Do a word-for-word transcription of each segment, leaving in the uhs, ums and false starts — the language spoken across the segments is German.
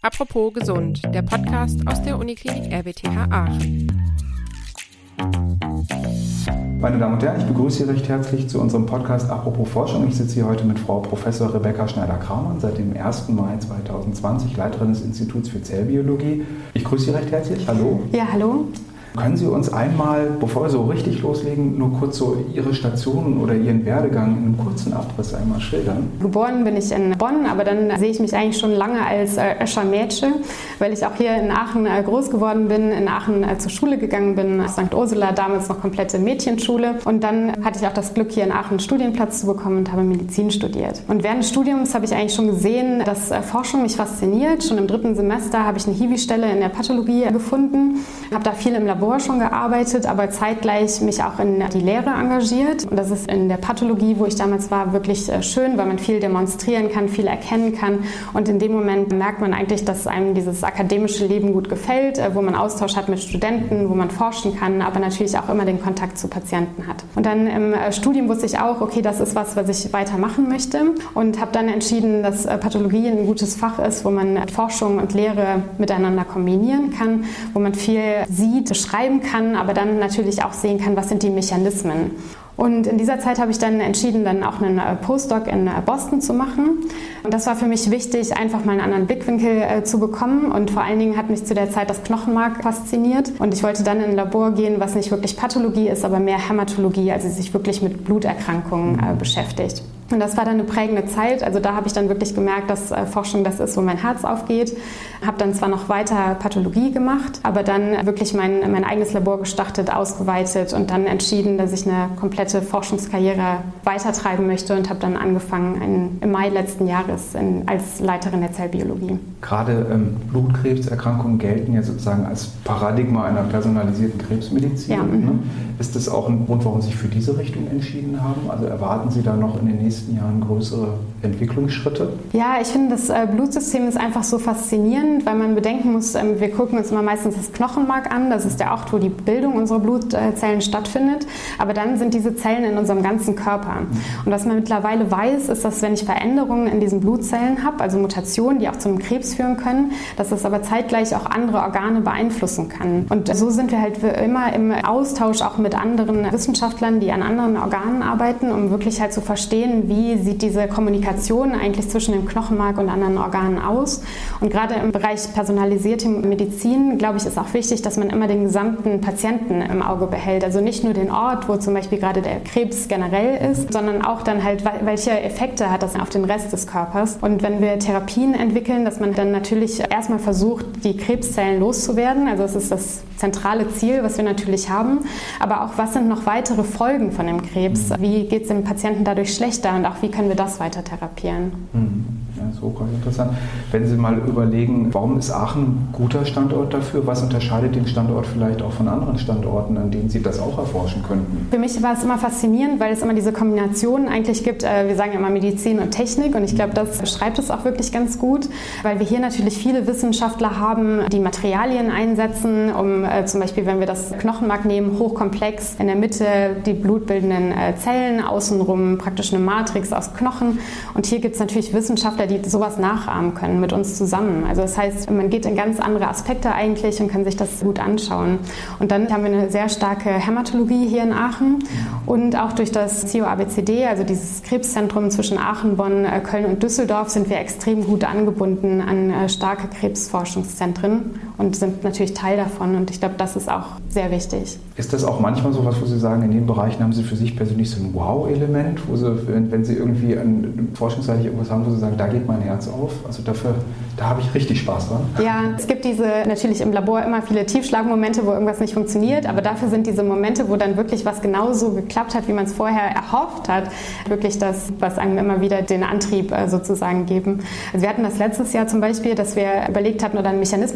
Apropos gesund, der Podcast aus der Uniklinik R W T H Aachen. Meine Damen und Herren, ich begrüße Sie recht herzlich zu unserem Podcast Apropos Forschung. Ich sitze hier heute mit Frau Professor Rebecca Schneider-Kramann, seit dem ersten Mai zweitausendzwanzig Leiterin des Instituts für Zellbiologie. Ich grüße Sie recht herzlich. Hallo. Ja, hallo. Können Sie uns einmal, bevor wir so richtig loslegen, nur kurz so Ihre Stationen oder Ihren Werdegang in einem kurzen Abriss einmal schildern? Geboren bin ich in Bonn, aber dann sehe ich mich eigentlich schon lange als Escher Mädchen, weil ich auch hier in Aachen groß geworden bin, in Aachen zur Schule gegangen bin, Sankt Ursula, damals noch komplette Mädchenschule. Und dann hatte ich auch das Glück, hier in Aachen einen Studienplatz zu bekommen und habe Medizin studiert. Und während des Studiums habe ich eigentlich schon gesehen, dass Forschung mich fasziniert. Schon im dritten Semester habe ich eine Hiwi-Stelle in der Pathologie gefunden, habe da viel im Labor schon gearbeitet, aber zeitgleich mich auch in die Lehre engagiert. Und das ist in der Pathologie, wo ich damals war, wirklich schön, weil man viel demonstrieren kann, viel erkennen kann. Und in dem Moment merkt man eigentlich, dass einem dieses akademische Leben gut gefällt, wo man Austausch hat mit Studenten, wo man forschen kann, aber natürlich auch immer den Kontakt zu Patienten hat. Und dann im Studium wusste ich auch, okay, das ist was, was ich weitermachen möchte. Und habe dann entschieden, dass Pathologie ein gutes Fach ist, wo man Forschung und Lehre miteinander kombinieren kann, wo man viel sieht, schreiben kann, aber dann natürlich auch sehen kann, was sind die Mechanismen. Und in dieser Zeit habe ich dann entschieden, dann auch einen Postdoc in Boston zu machen. Und das war für mich wichtig, einfach mal einen anderen Blickwinkel äh, zu bekommen. Und vor allen Dingen hat mich zu der Zeit das Knochenmark fasziniert. Und ich wollte dann in ein Labor gehen, was nicht wirklich Pathologie ist, aber mehr Hämatologie, also sich wirklich mit Bluterkrankungen äh, beschäftigt. Und das war dann eine prägende Zeit. Also da habe ich dann wirklich gemerkt, dass äh, Forschung das ist, wo mein Herz aufgeht. Habe dann zwar noch weiter Pathologie gemacht, aber dann wirklich mein, mein eigenes Labor gestartet, ausgeweitet und dann entschieden, dass ich eine komplette Forschungskarriere weitertreiben möchte und habe dann angefangen in, im Mai letzten Jahres in, als Leiterin der Zellbiologie. Gerade ähm, Blutkrebserkrankungen gelten ja sozusagen als Paradigma einer personalisierten Krebsmedizin. Ja, ne? Ist das auch ein Grund, warum Sie sich für diese Richtung entschieden haben? Also erwarten Sie da noch in den nächsten Jahren größere Entwicklungsschritte? Ja, ich finde, das äh, Blutsystem ist einfach so faszinierend, weil man bedenken muss, ähm, wir gucken uns immer meistens das Knochenmark an. Das ist der Ort, wo die Bildung unserer Blutzellen stattfindet. Aber dann sind diese Zellen in unserem ganzen Körper. Und was man mittlerweile weiß, ist, dass wenn ich Veränderungen in diesen Blutzellen habe, also Mutationen, die auch zu einem Krebs führen können, dass das aber zeitgleich auch andere Organe beeinflussen kann. Und so sind wir halt immer im Austausch auch mit anderen Wissenschaftlern, die an anderen Organen arbeiten, um wirklich halt zu verstehen, wie sieht diese Kommunikation eigentlich zwischen dem Knochenmark und anderen Organen aus. Und gerade im Bereich personalisierte Medizin, glaube ich, ist auch wichtig, dass man immer den gesamten Patienten im Auge behält. Also nicht nur den Ort, wo zum Beispiel gerade der Krebs generell ist, sondern auch dann halt, welche Effekte hat das auf den Rest des Körpers. Und wenn wir Therapien entwickeln, dass man dann natürlich erstmal versucht, die Krebszellen loszuwerden. Also das ist das zentrale Ziel, was wir natürlich haben. Aber auch, was sind noch weitere Folgen von dem Krebs? Wie geht es dem Patienten dadurch schlechter und auch wie können wir das weiter therapieren? Ja, das ist auch interessant. Wenn Sie mal überlegen, warum ist Aachen ein guter Standort dafür? Was unterscheidet den Standort vielleicht auch von anderen Standorten, an denen Sie das auch erforschen könnten? Für mich war es immer faszinierend, weil es immer diese Kombinationen eigentlich gibt. Wir sagen immer Medizin und Technik und ich glaube, das beschreibt es auch wirklich ganz gut, weil wir hier natürlich viele Wissenschaftler haben, die Materialien einsetzen, um äh, zum Beispiel, wenn wir das Knochenmark nehmen, hochkomplex, in der Mitte die blutbildenden äh, Zellen, außenrum praktisch eine Matrix aus Knochen. Und hier gibt es natürlich Wissenschaftler, die sowas nachahmen können mit uns zusammen. Also das heißt, man geht in ganz andere Aspekte eigentlich und kann sich das gut anschauen. Und dann haben wir eine sehr starke Hämatologie hier in Aachen und auch durch das C O A B C D, also dieses Krebszentrum zwischen Aachen, Bonn, Köln und Düsseldorf, sind wir extrem gut angebunden an starke Krebsforschungszentren und sind natürlich Teil davon. Und ich glaube, das ist auch sehr wichtig. Ist das auch manchmal so was, wo Sie sagen, in den Bereichen haben Sie für sich persönlich so ein Wow-Element, wo Sie, wenn, wenn Sie irgendwie an forschungsseitig irgendwas haben, wo Sie sagen, da geht mein Herz auf, also dafür, da habe ich richtig Spaß dran? Ja, es gibt diese natürlich im Labor immer viele Tiefschlagmomente, wo irgendwas nicht funktioniert, aber dafür sind diese Momente, wo dann wirklich was genauso geklappt hat, wie man es vorher erhofft hat, wirklich das, was einem immer wieder den Antrieb sozusagen geben. Also wir hatten das letztes Jahr zum Beispiel, dass wir überlegt hatten oder einen Mechanismus gefunden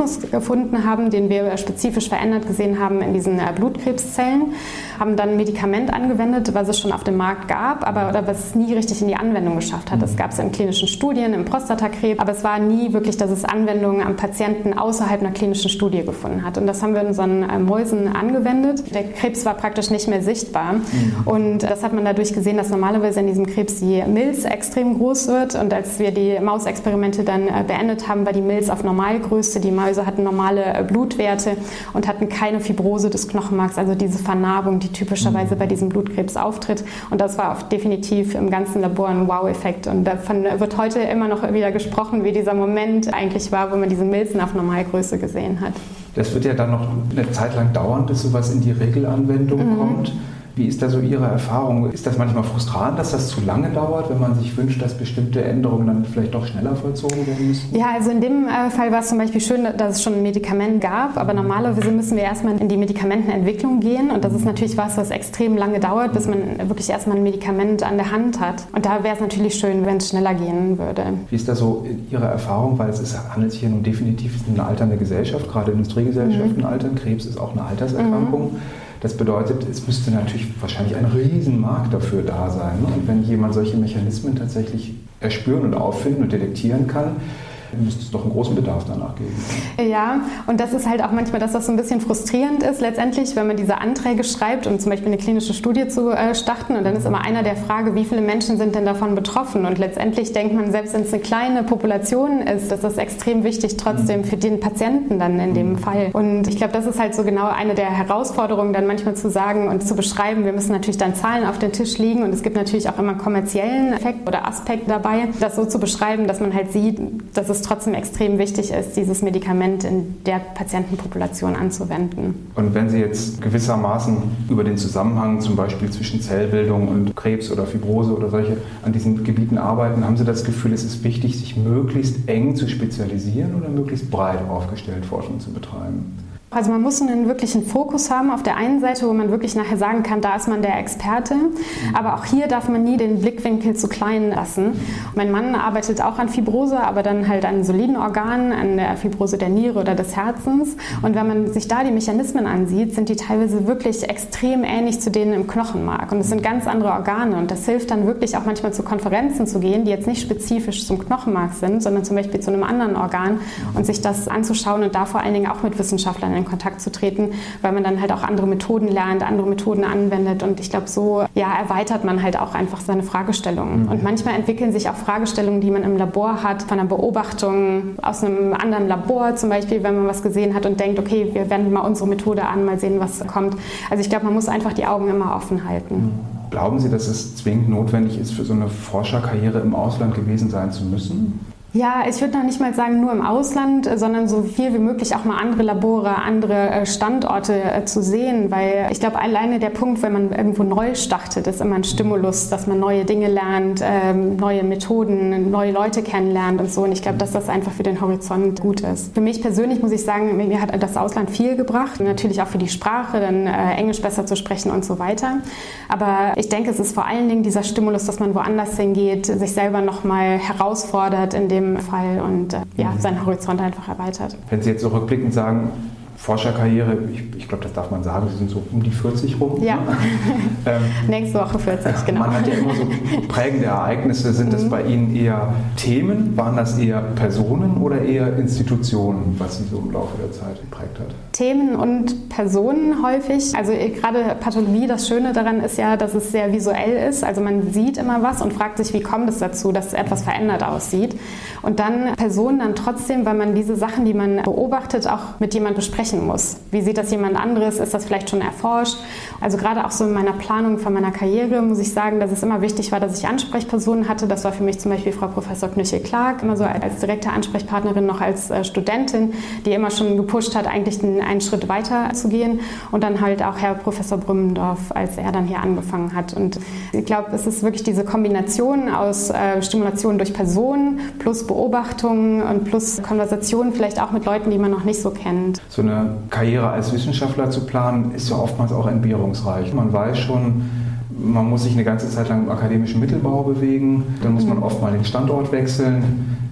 gefunden haben, den wir spezifisch verändert gesehen haben in diesen Blutkrebszellen, haben dann ein Medikament angewendet, was es schon auf dem Markt gab, aber oder was es nie richtig in die Anwendung geschafft hat. Das gab es in klinischen Studien, im Prostatakrebs, aber es war nie wirklich, dass es Anwendungen am Patienten außerhalb einer klinischen Studie gefunden hat. Und das haben wir in unseren Mäusen angewendet. Der Krebs war praktisch nicht mehr sichtbar. Mhm. Und das hat man dadurch gesehen, dass normalerweise in diesem Krebs die Milz extrem groß wird. Und als wir die Mausexperimente dann beendet haben, war die Milz auf Normalgröße. Die Mäuse hatten normale Blutwerte und hatten keine Fibrose des Knochenmarks, also diese Vernarbung, die typischerweise bei diesem Blutkrebs auftritt. Und das war definitiv im ganzen Labor ein Wow-Effekt. Und davon wird heute immer noch wieder gesprochen, wie dieser Moment eigentlich war, wo man diese Milzen auf Normalgröße gesehen hat. Das wird ja dann noch eine Zeit lang dauern, bis sowas in die Regelanwendung mhm. kommt. Wie ist da so Ihre Erfahrung? Ist das manchmal frustrierend, dass das zu lange dauert, wenn man sich wünscht, dass bestimmte Änderungen dann vielleicht doch schneller vollzogen werden müssen? Ja, also in dem Fall war es zum Beispiel schön, dass es schon ein Medikament gab, aber normalerweise müssen wir erstmal in die Medikamentenentwicklung gehen und das ist natürlich was, was extrem lange dauert, bis man wirklich erstmal ein Medikament an der Hand hat. Und da wäre es natürlich schön, wenn es schneller gehen würde. Wie ist da so Ihre Erfahrung? Weil es ist, handelt sich hier nun definitiv um eine alternde Gesellschaft, gerade Industriegesellschaften mhm. altern. Krebs ist auch eine Alterserkrankung. Mhm. Das bedeutet, es müsste natürlich wahrscheinlich ein Riesenmarkt dafür da sein. Und wenn jemand solche Mechanismen tatsächlich erspüren und auffinden und detektieren kann, müsste es doch einen großen Bedarf danach geben. Ja, und das ist halt auch manchmal das, was so ein bisschen frustrierend ist letztendlich, wenn man diese Anträge schreibt, um zum Beispiel eine klinische Studie zu äh, starten und dann ist immer einer der Frage, wie viele Menschen sind denn davon betroffen und letztendlich denkt man, selbst wenn es eine kleine Population ist, ist das extrem wichtig trotzdem für den Patienten dann in dem Fall. Und ich glaube, das ist halt so genau eine der Herausforderungen, dann manchmal zu sagen und zu beschreiben, wir müssen natürlich dann Zahlen auf den Tisch legen und es gibt natürlich auch immer einen kommerziellen Effekt oder Aspekt dabei, das so zu beschreiben, dass man halt sieht, dass es trotzdem extrem wichtig ist, dieses Medikament in der Patientenpopulation anzuwenden. Und wenn Sie jetzt gewissermaßen über den Zusammenhang zum Beispiel zwischen Zellbildung und Krebs oder Fibrose oder solche an diesen Gebieten arbeiten, haben Sie das Gefühl, es ist wichtig, sich möglichst eng zu spezialisieren oder möglichst breit aufgestellt Forschung zu betreiben? Also man muss einen wirklichen Fokus haben auf der einen Seite, wo man wirklich nachher sagen kann, da ist man der Experte. Aber auch hier darf man nie den Blickwinkel zu klein lassen. Mein Mann arbeitet auch an Fibrose, aber dann halt an soliden Organen, an der Fibrose der Niere oder des Herzens. Und wenn man sich da die Mechanismen ansieht, sind die teilweise wirklich extrem ähnlich zu denen im Knochenmark. Und es sind ganz andere Organe. Und das hilft dann wirklich auch manchmal zu Konferenzen zu gehen, die jetzt nicht spezifisch zum Knochenmark sind, sondern zum Beispiel zu einem anderen Organ und sich das anzuschauen und da vor allen Dingen auch mit Wissenschaftlern in Kontakt zu treten, weil man dann halt auch andere Methoden lernt, andere Methoden anwendet und ich glaube, so ja, erweitert man halt auch einfach seine Fragestellungen. Mhm. Und manchmal entwickeln sich auch Fragestellungen, die man im Labor hat, von einer Beobachtung aus einem anderen Labor zum Beispiel, wenn man was gesehen hat und denkt, okay, wir wenden mal unsere Methode an, mal sehen, was kommt. Also ich glaube, man muss einfach die Augen immer offen halten. Mhm. Glauben Sie, dass es zwingend notwendig ist, für so eine Forscherkarriere im Ausland gewesen sein zu müssen? Ja, ich würde noch nicht mal sagen nur im Ausland, sondern so viel wie möglich auch mal andere Labore, andere Standorte zu sehen, weil ich glaube, alleine der Punkt, wenn man irgendwo neu startet, ist immer ein Stimulus, dass man neue Dinge lernt, ähm, neue Methoden, neue Leute kennenlernt und so und ich glaube, dass das einfach für den Horizont gut ist. Für mich persönlich muss ich sagen, mir hat das Ausland viel gebracht, natürlich auch für die Sprache, dann äh, Englisch besser zu sprechen und so weiter, aber ich denke, es ist vor allen Dingen dieser Stimulus, dass man woanders hingeht, sich selber nochmal herausfordert in dem Fall und äh, ja, seinen Horizont einfach erweitert. Wenn Sie jetzt so rückblickend sagen, Forscherkarriere, ich, ich glaube, das darf man sagen, Sie sind so um die vierzig rum. Ja, ähm, nächste Woche vierzig, genau. Man hat ja immer so prägende Ereignisse. Sind das bei Ihnen eher Themen, waren das eher Personen oder eher Institutionen, was Sie so im Laufe der Zeit geprägt hat? Themen und Personen häufig. Also gerade Pathologie, das Schöne daran ist ja, dass es sehr visuell ist. Also man sieht immer was und fragt sich, wie kommt es dazu, dass etwas verändert aussieht. Und dann Personen dann trotzdem, weil man diese Sachen, die man beobachtet, auch mit jemandem besprechen muss. Wie sieht das jemand anderes? Ist das vielleicht schon erforscht? Also gerade auch so in meiner Planung von meiner Karriere muss ich sagen, dass es immer wichtig war, dass ich Ansprechpersonen hatte. Das war für mich zum Beispiel Frau Professor Knöchel-Clark, immer so als direkte Ansprechpartnerin noch als Studentin, die immer schon gepusht hat, eigentlich einen Schritt weiter zu gehen. Und dann halt auch Herr Professor Brümmendorf, als er dann hier angefangen hat. Und ich glaube, es ist wirklich diese Kombination aus äh, Stimulation durch Personen plus Beobachtungen und plus Konversationen vielleicht auch mit Leuten, die man noch nicht so kennt. So eine Karriere als Wissenschaftler zu planen, ist ja oftmals auch entbehrungsreich. Man weiß schon, man muss sich eine ganze Zeit lang im akademischen Mittelbau bewegen, dann muss man oft mal den Standort wechseln.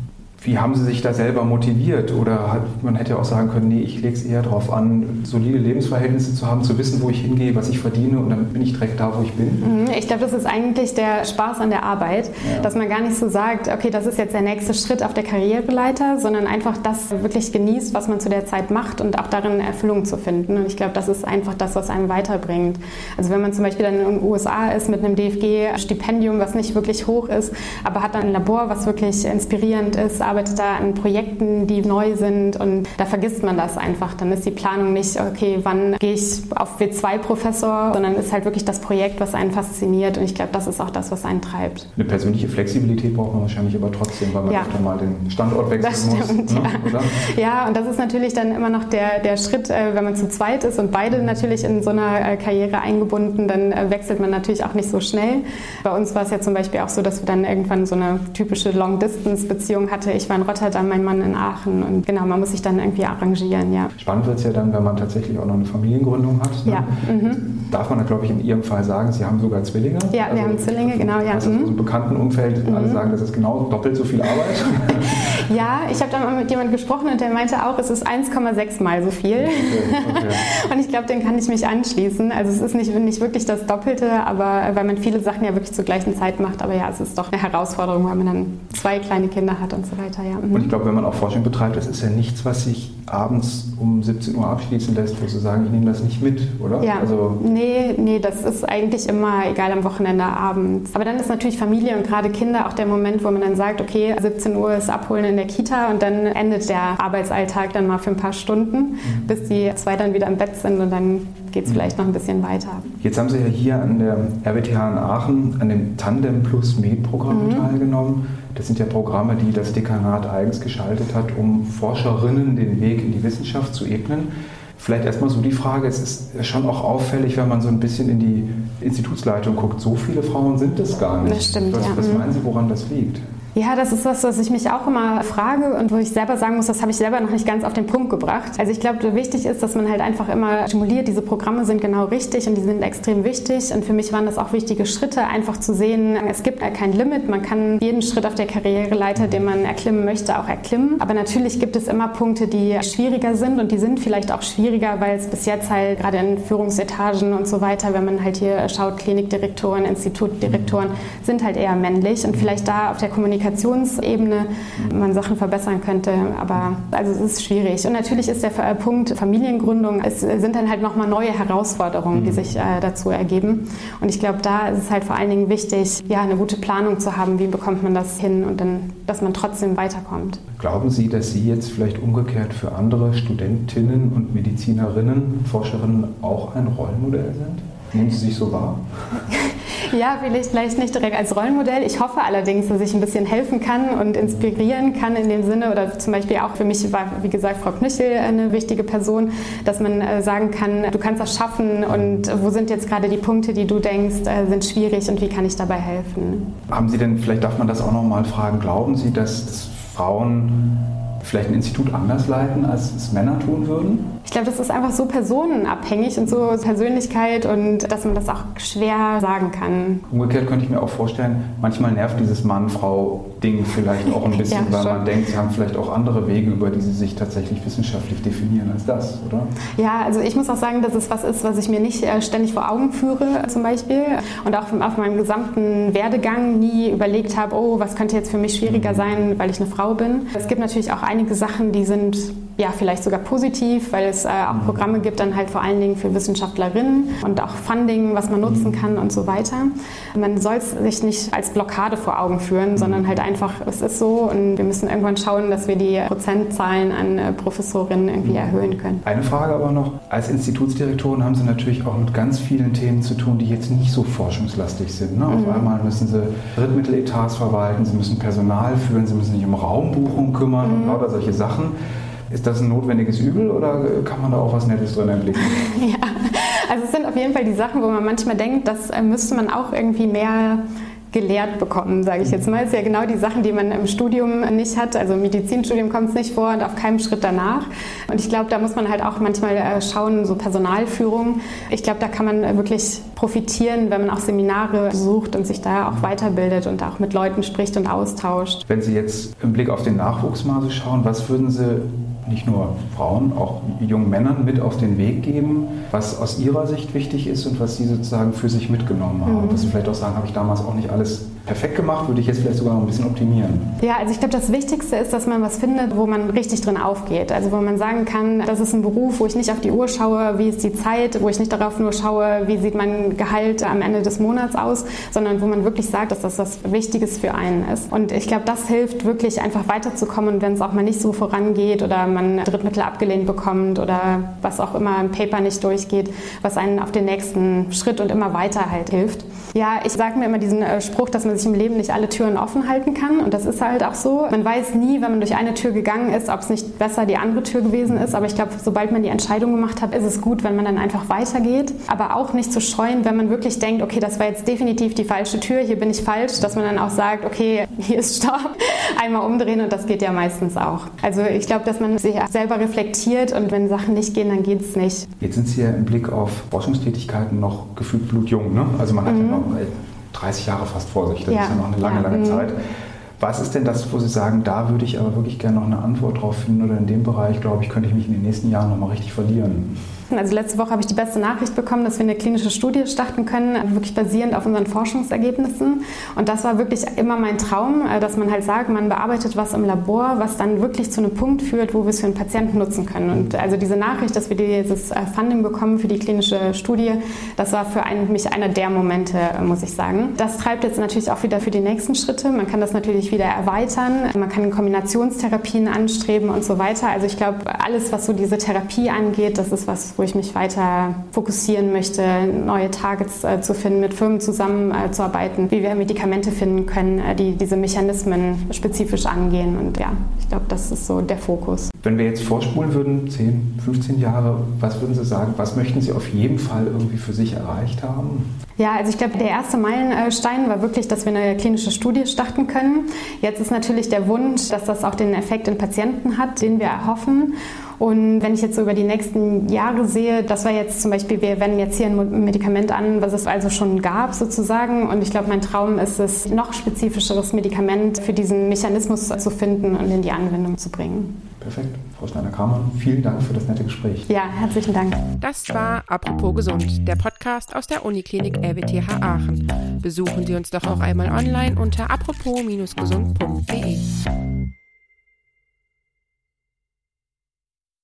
Wie haben Sie sich da selber motiviert? Oder hat, man hätte ja auch sagen können, nee, ich lege es eher darauf an, solide Lebensverhältnisse zu haben, zu wissen, wo ich hingehe, was ich verdiene und dann bin ich direkt da, wo ich bin. Ich glaube, das ist eigentlich der Spaß an der Arbeit, ja. Dass man gar nicht so sagt, okay, das ist jetzt der nächste Schritt auf der Karriereleiter, sondern einfach das wirklich genießt, was man zu der Zeit macht und auch darin Erfüllung zu finden. Und ich glaube, das ist einfach das, was einem weiterbringt. Also wenn man zum Beispiel dann in den U S A ist mit einem D F G-Stipendium, was nicht wirklich hoch ist, aber hat dann ein Labor, was wirklich inspirierend ist, arbeitet da an Projekten, die neu sind und da vergisst man das einfach. Dann ist die Planung nicht, okay, wann gehe ich auf W zwei Professor, sondern ist halt wirklich das Projekt, was einen fasziniert und ich glaube, das ist auch das, was einen treibt. Eine persönliche Flexibilität braucht man wahrscheinlich aber trotzdem, weil man ja. öfter mal den Standort wechseln das stimmt, muss. Ne? Ja. Oder? Ja, und das ist natürlich dann immer noch der, der Schritt, wenn man zu zweit ist und beide natürlich in so einer Karriere eingebunden, dann wechselt man natürlich auch nicht so schnell. Bei uns war es ja zum Beispiel auch so, dass wir dann irgendwann so eine typische Long-Distance-Beziehung hatten. Ich war in Rotterdam, mein Mann in Aachen und genau, man muss sich dann irgendwie arrangieren, ja. Spannend wird es ja dann, wenn man tatsächlich auch noch eine Familiengründung hat. Ne? Ja. Mhm. Darf man da, glaube ich, in Ihrem Fall sagen, Sie haben sogar Zwillinge? Ja, also, wir haben Zwillinge, genau, ja. Also mhm. aus dem bekannten Umfeld, mhm. alle sagen, das ist genau doppelt so viel Arbeit. Ja, ich habe da mal mit jemandem gesprochen und der meinte auch, es ist eins Komma sechs Mal so viel. Okay, okay. Und ich glaube, den kann ich mich anschließen. Also es ist nicht, nicht wirklich das Doppelte, aber weil man viele Sachen ja wirklich zur gleichen Zeit macht. Aber ja, es ist doch eine Herausforderung, weil man dann zwei kleine Kinder hat und so weiter. Ja. Mhm. Und ich glaube, wenn man auch Forschung betreibt, das ist ja nichts, was sich abends um siebzehn Uhr abschließen lässt, wo Sie sagen, ich nehme das nicht mit, oder? Ja, also nee, nee, das ist eigentlich immer egal am Wochenende, abends. Aber dann ist natürlich Familie und gerade Kinder auch der Moment, wo man dann sagt, okay, siebzehn Uhr ist Abholen in der Kita und dann endet der Arbeitsalltag dann mal für ein paar Stunden, mhm. bis die zwei dann wieder im Bett sind und dann geht es mhm. vielleicht noch ein bisschen weiter. Jetzt haben Sie ja hier an der R W T H in Aachen an dem Tandem Plus Med Programm mhm. teilgenommen. Das sind ja Programme, die das Dekanat eigens geschaltet hat, um Forscherinnen den Weg in die Wissenschaft zu ebnen. Vielleicht erstmal so die Frage, es ist schon auch auffällig, wenn man so ein bisschen in die Institutsleitung guckt, so viele Frauen sind es gar nicht. Das stimmt, was, ja. Was meinen Sie, woran das liegt? Ja, das ist was, was ich mich auch immer frage und wo ich selber sagen muss, das habe ich selber noch nicht ganz auf den Punkt gebracht. Also ich glaube, wichtig ist, dass man halt einfach immer stimuliert, diese Programme sind genau richtig und die sind extrem wichtig und für mich waren das auch wichtige Schritte, einfach zu sehen, es gibt kein Limit, man kann jeden Schritt auf der Karriereleiter, den man erklimmen möchte, auch erklimmen. Aber natürlich gibt es immer Punkte, die schwieriger sind und die sind vielleicht auch schwieriger, weil es bis jetzt halt gerade in Führungsetagen und so weiter, wenn man halt hier schaut, Klinikdirektoren, Institutdirektoren sind halt eher männlich und vielleicht da auf der Kommunikation Kommunikationsebene man Sachen verbessern könnte, aber also es ist schwierig. Und natürlich ist der Punkt Familiengründung, es sind dann halt nochmal neue Herausforderungen, die sich äh, dazu ergeben. Und ich glaube, da ist es halt vor allen Dingen wichtig, ja, eine gute Planung zu haben, wie bekommt man das hin und dann, dass man trotzdem weiterkommt. Glauben Sie, dass Sie jetzt vielleicht umgekehrt für andere Studentinnen und Medizinerinnen, Forscherinnen auch ein Rollenmodell sind? Nehmen Sie sich so wahr? Ja, vielleicht nicht direkt als Rollenmodell. Ich hoffe allerdings, dass ich ein bisschen helfen kann und inspirieren kann in dem Sinne, oder zum Beispiel auch für mich war, wie gesagt, Frau Knüchel eine wichtige Person, dass man sagen kann, du kannst das schaffen und wo sind jetzt gerade die Punkte, die du denkst, sind schwierig und wie kann ich dabei helfen? Haben Sie denn, vielleicht darf man das auch noch mal fragen, glauben Sie, dass Frauen vielleicht ein Institut anders leiten, als es Männer tun würden? Ich glaube, das ist einfach so personenabhängig und so Persönlichkeit und dass man das auch schwer sagen kann. Umgekehrt könnte ich mir auch vorstellen, manchmal nervt dieses Mann-Frau-Ding vielleicht auch ein bisschen, ja, weil man denkt, sie haben vielleicht auch andere Wege, über die sie sich tatsächlich wissenschaftlich definieren als das, oder? Ja, also ich muss auch sagen, dass es was ist, was ich mir nicht ständig vor Augen führe zum Beispiel und auch auf meinem gesamten Werdegang nie überlegt habe, oh, was könnte jetzt für mich schwieriger sein, weil ich eine Frau bin. Es gibt natürlich auch einige Sachen, die sind ja vielleicht sogar positiv, weil es äh, auch Programme gibt, dann halt vor allen Dingen für Wissenschaftlerinnen und auch Funding, was man nutzen kann und so weiter. Man soll es sich nicht als Blockade vor Augen führen, sondern halt einfach, es ist so und wir müssen irgendwann schauen, dass wir die Prozentzahlen an äh, Professorinnen irgendwie erhöhen können. Eine Frage aber noch, als Institutsdirektorin haben Sie natürlich auch mit ganz vielen Themen zu tun, die jetzt nicht so forschungslastig sind. Ne? Auf mhm. einmal müssen Sie Drittmitteletats verwalten, Sie müssen Personal führen, Sie müssen sich um Raumbuchung kümmern mhm. und lauter solche Sachen. Ist das ein notwendiges Übel oder kann man da auch was Nettes drin erblicken? Ja, also es sind auf jeden Fall die Sachen, wo man manchmal denkt, das müsste man auch irgendwie mehr gelehrt bekommen, sage ich jetzt mal. Das ist ja genau die Sachen, die man im Studium nicht hat. Also im Medizinstudium kommt es nicht vor und auf keinem Schritt danach. Und ich glaube, da muss man halt auch manchmal schauen, so Personalführung. Ich glaube, da kann man wirklich profitieren, wenn man auch Seminare besucht und sich da auch weiterbildet und auch mit Leuten spricht und austauscht. Wenn Sie jetzt im Blick auf den Nachwuchs mal so schauen, was würden Sie nicht nur Frauen, auch jungen Männern mit auf den Weg geben, was aus Ihrer Sicht wichtig ist und was Sie sozusagen für sich mitgenommen haben? Mhm. Dass Sie vielleicht auch sagen, habe ich damals auch nicht alles perfekt gemacht, würde ich jetzt vielleicht sogar noch ein bisschen optimieren. Ja, also ich glaube, das Wichtigste ist, dass man was findet, wo man richtig drin aufgeht. Also wo man sagen kann, das ist ein Beruf, wo ich nicht auf die Uhr schaue, wie ist die Zeit, wo ich nicht darauf nur schaue, wie sieht mein Gehalt am Ende des Monats aus, sondern wo man wirklich sagt, dass das was Wichtiges für einen ist. Und ich glaube, das hilft wirklich einfach weiterzukommen und wenn es auch mal nicht so vorangeht oder man Drittmittel abgelehnt bekommt oder was auch immer im Paper nicht durchgeht, was einen auf den nächsten Schritt und immer weiter halt hilft. Ja, ich sage mir immer diesen äh, Spruch, dass man sich im Leben nicht alle Türen offen halten kann und das ist halt auch so. Man weiß nie, wenn man durch eine Tür gegangen ist, ob es nicht besser die andere Tür gewesen ist, aber ich glaube, sobald man die Entscheidung gemacht hat, ist es gut, wenn man dann einfach weitergeht, aber auch nicht zu scheuen, wenn man wirklich denkt, okay, das war jetzt definitiv die falsche Tür, hier bin ich falsch, dass man dann auch sagt, okay, hier ist Stopp, einmal umdrehen und das geht ja meistens auch. Also ich glaube, dass man sich selber reflektiert und wenn Sachen nicht gehen, dann geht es nicht. Jetzt sind Sie ja im Blick auf Forschungstätigkeiten noch gefühlt blutjung, ne? Also man hat mhm. ja noch dreißig Jahre fast vor sich, das ja. ist ja noch eine lange, ja. lange mhm. Zeit. Was ist denn das, wo Sie sagen, da würde ich aber wirklich gerne noch eine Antwort drauf finden oder in dem Bereich, glaube ich, könnte ich mich in den nächsten Jahren noch mal richtig verlieren? Also letzte Woche habe ich die beste Nachricht bekommen, dass wir eine klinische Studie starten können, wirklich basierend auf unseren Forschungsergebnissen. Und das war wirklich immer mein Traum, dass man halt sagt, man bearbeitet was im Labor, was dann wirklich zu einem Punkt führt, wo wir es für einen Patienten nutzen können. Und also diese Nachricht, dass wir dieses Funding bekommen für die klinische Studie, das war für mich einer der Momente, muss ich sagen. Das treibt jetzt natürlich auch wieder für die nächsten Schritte. Man kann das natürlich wieder erweitern. Man kann Kombinationstherapien anstreben und so weiter. Also ich glaube, alles, was so diese Therapie angeht, das ist was, wo ich mich weiter fokussieren möchte, neue Targets äh, zu finden, mit Firmen zusammenzuarbeiten, äh, wie wir Medikamente finden können, äh, die diese Mechanismen spezifisch angehen. Und ja, ich glaube, das ist so der Fokus. Wenn wir jetzt vorspulen würden, zehn, fünfzehn Jahre, was würden Sie sagen, was möchten Sie auf jeden Fall irgendwie für sich erreicht haben? Ja, also ich glaube, der erste Meilenstein war wirklich, dass wir eine klinische Studie starten können. Jetzt ist natürlich der Wunsch, dass das auch den Effekt in Patienten hat, den wir erhoffen. Und wenn ich jetzt so über die nächsten Jahre sehe, das war jetzt zum Beispiel, wir wenden jetzt hier ein Medikament an, was es also schon gab sozusagen. Und ich glaube, mein Traum ist es, noch spezifischeres Medikament für diesen Mechanismus zu finden und in die Anwendung zu bringen. Perfekt. Frau Schneider-Kramann, vielen Dank für das nette Gespräch. Ja, herzlichen Dank. Das war Apropos Gesund, der Podcast aus der Uniklinik R W T H Aachen. Besuchen Sie uns doch auch einmal online unter apropos Bindestrich gesund punkt de.